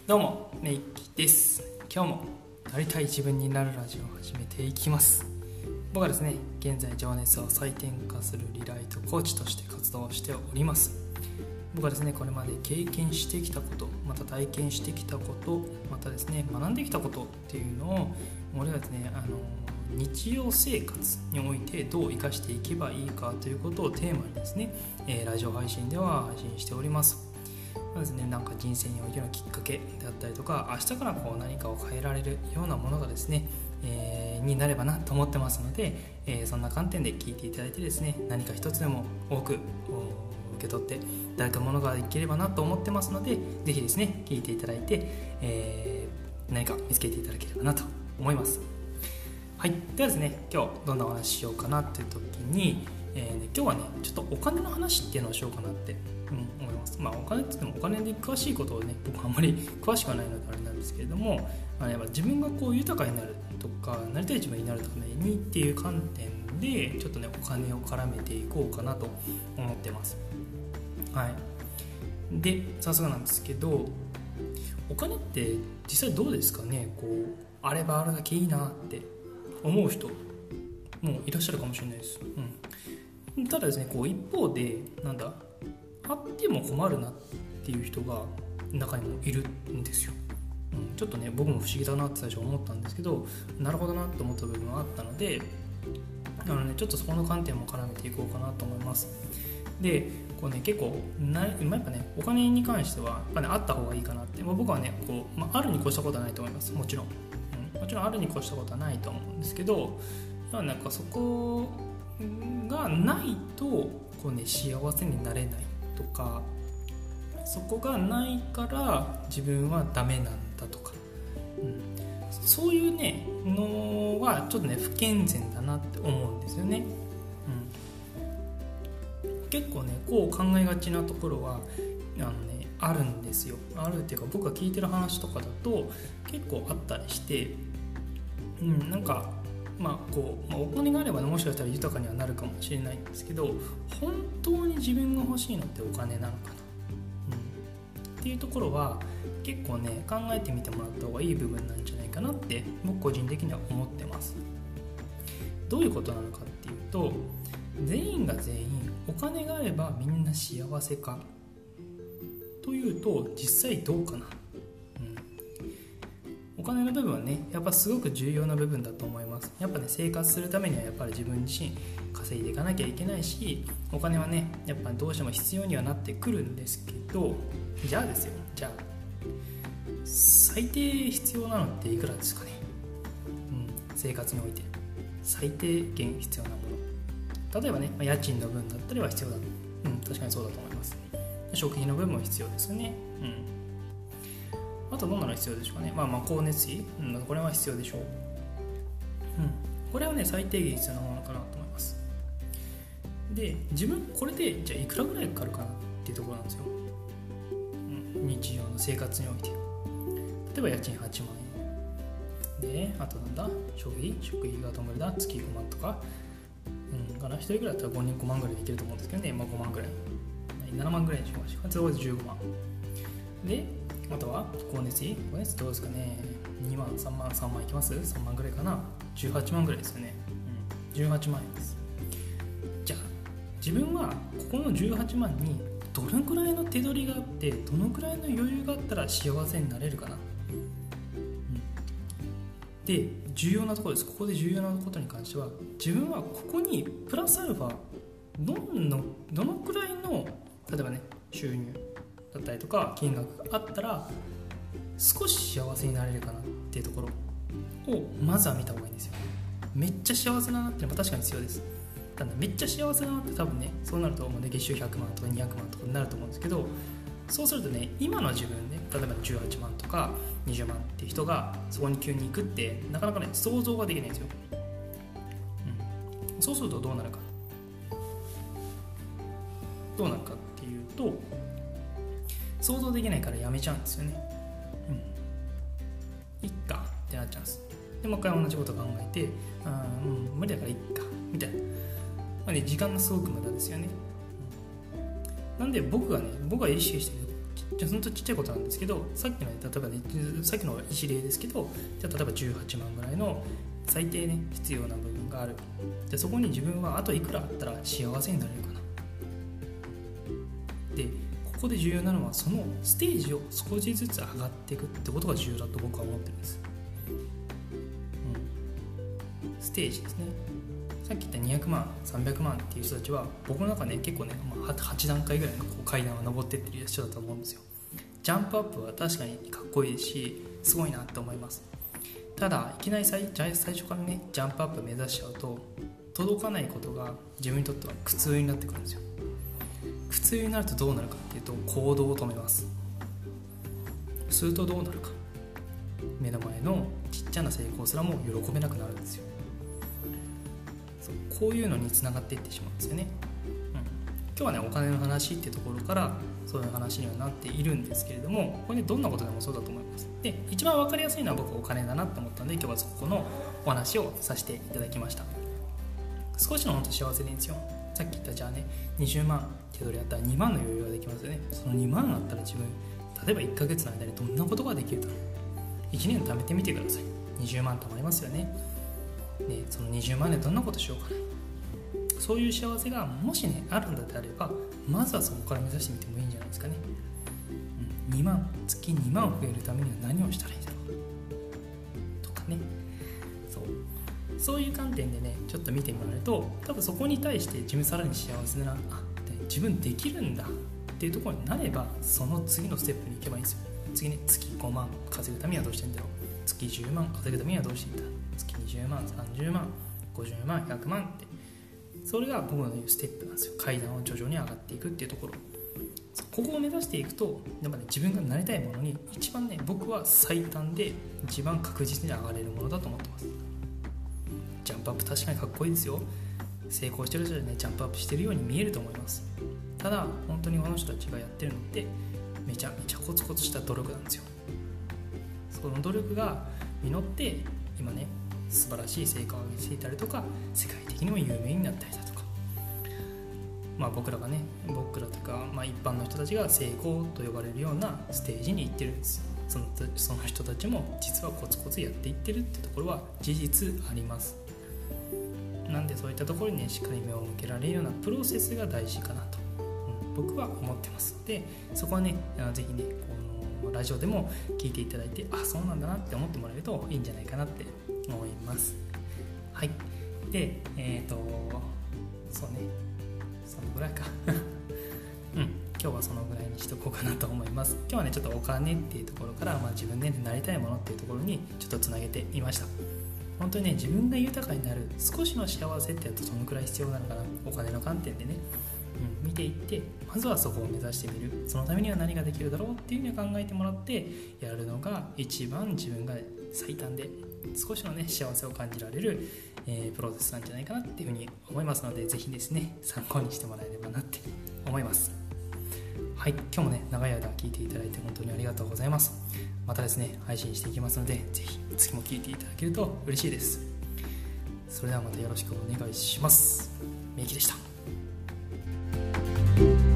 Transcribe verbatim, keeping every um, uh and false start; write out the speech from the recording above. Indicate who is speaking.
Speaker 1: どうもメイキです。今日もなりたい自分になるラジオを始めていきます。僕はですね、現在情熱を再転化するリライトコーチとして活動しております。僕はですね、これまで経験してきたこと、また体験してきたこと、またですね学んできたことっていうのを俺はですねあの日常生活においてどう生かしていけばいいかということをテーマにですね、えー、ラジオ配信では配信しております。まずね、なんか人生においてのきっかけであったりとか、明日からこう何かを変えられるようなものがですね、えー、になればなと思ってますので、えー、そんな観点で聞いていただいてですね、何か一つでも多く受け取っていただくものができればなと思ってますので、ぜひですね聞いていただいて、えー、何か見つけていただければなと思います。はい、ではですね、今日どんなお話ししようかなという時に、えーね、今日はねちょっとお金の話っていうのをしようかなって、うん、思います。まあお金って言ってもお金で詳しいことをね僕はあんまり詳しくはないのであれなんですけれども、まあ、やっぱ自分がこう豊かになるとかなりたい自分になるためにっていう観点でちょっとねお金を絡めていこうかなと思ってます。はい。で早速なんですけど、お金って実際どうですかね。こうあればあるだけいいなって思う人もいらっしゃるかもしれないです。うん、ただですね、こう一方でなんだあっても困るなっていう人が中にもいるんですよ。うん、ちょっとね僕も不思議だなって最初思ったんですけど、なるほどなと思った部分はあったので、あのねちょっとそこの観点も絡めていこうかなと思います。で、こうね結構な、まあ、やっぱねお金に関してはやっぱねあった方がいいかなって、まあ、僕はねこう、まあ、あるに越したことはないと思います。もちろん、うん、もちろんあるに越したことはないと思うんですけど、なんかそこがないとこうね幸せになれないとか、そこがないから自分はダメなんだとか、うん、そういうねのはちょっとね不健全だなって思うんですよね。うん、結構ねこう考えがちなところはあのねあるんですよ。あるっていうか僕が聞いてる話とかだと結構あったりして、うん、なんかまあこうまあ、お金があれば、ね、もしかしたら豊かにはなるかもしれないんですけど、本当に自分が欲しいのってお金なのかな、うん、っていうところは結構ね考えてみてもらった方がいい部分なんじゃないかなって僕個人的には思ってます。どういうことなのかっていうと、全員が全員お金があればみんな幸せかというと実際どうかな。お金の部分はねやっぱすごく重要な部分だと思います。やっぱね生活するためにはやっぱり自分自身稼いでいかなきゃいけないし、お金はねやっぱどうしても必要にはなってくるんですけど、じゃあですよじゃあ最低必要なのっていくらですかね。うん、生活において最低限必要なもの、例えばね家賃の分だったりは必要だ、うん、確かにそうだと思います。食費の分も必要ですよね。うん、あとどんなの必要でしょうかね。まあまあ光熱費、うん、これは必要でしょう。うん、これはね最低限必要なものかなと思います。で、自分これでじゃあいくらぐらいかかるかなっていうところなんですよ。うん、日常の生活において。例えば家賃はちまんえんで、あとなんだ食費、食費がどんぐらいだ、月ごまんとか、うん、かな。ひとりぐらいだったらごにんごまんぐらいできると思うんですけどね。まあごまんぐらい、ななまんぐらいにしましょう。それでじゅうごまんで、あとは光熱費、光熱費どうですかね。にまん、さんまん、さんまんいきます？ さん 万ぐらいかな。じゅうはちまんぐらいですよね。うん、じゅうはちまんえんです。じゃあ自分はここのじゅうはちまんにどのくらいの手取りがあって、どのくらいの余裕があったら幸せになれるかな。うん、で重要なところです。ここで重要なことに関しては、自分はここにプラスアルファどのどのくらいの例えばね収入だったりとか金額があったら少し幸せになれるかなっていうところをまずは見た方がいいんですよ。めっちゃ幸せだなってのも確かに必要です。ただめっちゃ幸せだなって多分ねそうなるともうね月収ひゃくまんとかにひゃくまんとかになると思うんですけど、そうするとね今の自分ね例えばじゅうはちまんとかにじゅうまんっていう人がそこに急に行くってなかなかね想像ができないんですよ。うん、そうするとどうなるかどうなるかっていうと、想像できないからやめちゃうんですよね。うん、いっかってなっちゃうんです。でもう一回同じこと考えて、あ、うん、無理だからいっかみたいな、まあね、時間がすごく無駄ですよね。うん、なんで僕がね僕が意識してるじゃあそのとちっちゃいことなんですけど、さっきの、ね、例えばね、さっきの一例ですけど、じゃあ例えばじゅうはちまんぐらいの最低ね必要な部分がある。でそこに自分はあといくらあったら幸せになれるかな。でここで重要なのはそのステージを少しずつ上がっていくってことが重要だと僕は思ってるんです、うん、ステージですね。さっき言ったにひゃくまんさんびゃくまんっていう人たちは僕の中ね結構ね、まあ、はちだんかいぐらいのこう階段を上ってってる人だと思うんですよ。ジャンプアップは確かにかっこいいですしすごいなって思います。ただいきなり 最, 最初からねジャンプアップ目指しちゃうと届かないことが自分にとっては苦痛になってくるんですよ。苦痛になるとどうなるかっていうと行動を止めます。するとどうなるか、目の前のちっちゃな成功すらも喜べなくなるんですよ。そうこういうのにつながっていってしまうんですよね、うん、今日はねお金の話っていうところからそういう話にはなっているんですけれども、これねどんなことでもそうだと思います。で一番分かりやすいのは僕はお金だなと思ったので今日はそこのお話をさせていただきました。少しの本当幸せでいいんですよ。さっき言ったじゃあねにじゅうまん手取りあったらにまんの余裕ができますよね。そのにまんあったら自分例えばいっかげつの間にどんなことができるだろう。いちねん貯めてみてください。にじゅうまん貯まりますよね。ねそのにじゅうまんでどんなことしようかな。そういう幸せがもしねあるんだであればまずはそこから目指してみてもいいんじゃないですかね、うん、にまん月にまん増えるためには何をしたらいいんだろうとかね。そうそういう観点でねちょっと見てもらえると多分そこに対して自分さらに幸せなあ自分できるんだっていうところになればその次のステップに行けばいいんですよ。次ね月ごまん稼ぐためにはどうしてんだろう。月じゅうまん稼ぐためにはどうしていいんだ。月にじゅうまんさんじゅうまんごじゅうまんひゃくまんってそれが僕の言うステップなんですよ。階段を徐々に上がっていくっていうところ、ここを目指していくとやっぱ、ね、自分がなりたいものに一番ね僕は最短で一番確実に上がれるものだと思ってます。ジャンプアップ確かにかっこいいですよ。成功してる人はねジャンプアップしてるように見えると思います。ただ本当にこの人たちがやってるのってめちゃめちゃコツコツした努力なんですよ。その努力が実って今ね素晴らしい成果を上げていたりとか世界的にも有名になったりだとか、まあ、僕らがね僕らというか、まあ、一般の人たちが成功と呼ばれるようなステージに行ってるんです。その、その人たちも実はコツコツやっていってるってところは事実あります。なんでそういったところにねしっかり目を向けられるようなプロセスが大事かなと、うん、僕は思ってますのでそこはねぜひねこのラジオでも聞いていただいてあそうなんだなって思ってもらえるといいんじゃないかなって思います。はい。で、えっと、そうね、そのぐらいか。うん、今日はそのぐらいにしとこうかなと思います。今日はね、ちょっとお金っていうところから、まあ、自分でなりたいものっていうところにちょっとつなげてみました。本当にね、自分が豊かになる少しの幸せってやるとそのくらい必要なのかな、お金の観点でね、うん、見ていってまずはそこを目指してみる。そのためには何ができるだろうっていうふうに考えてもらってやるのが一番自分が最短で少しのね幸せを感じられる、えー、プロセスなんじゃないかなっていうふうに思いますのでぜひですね参考にしてもらえればなって思います。はい、今日もね長い間聞いていただいて本当にありがとうございます。またですね配信していきますのでぜひ次も聞いていただけると嬉しいです。それではまたよろしくお願いします。みゆきでした。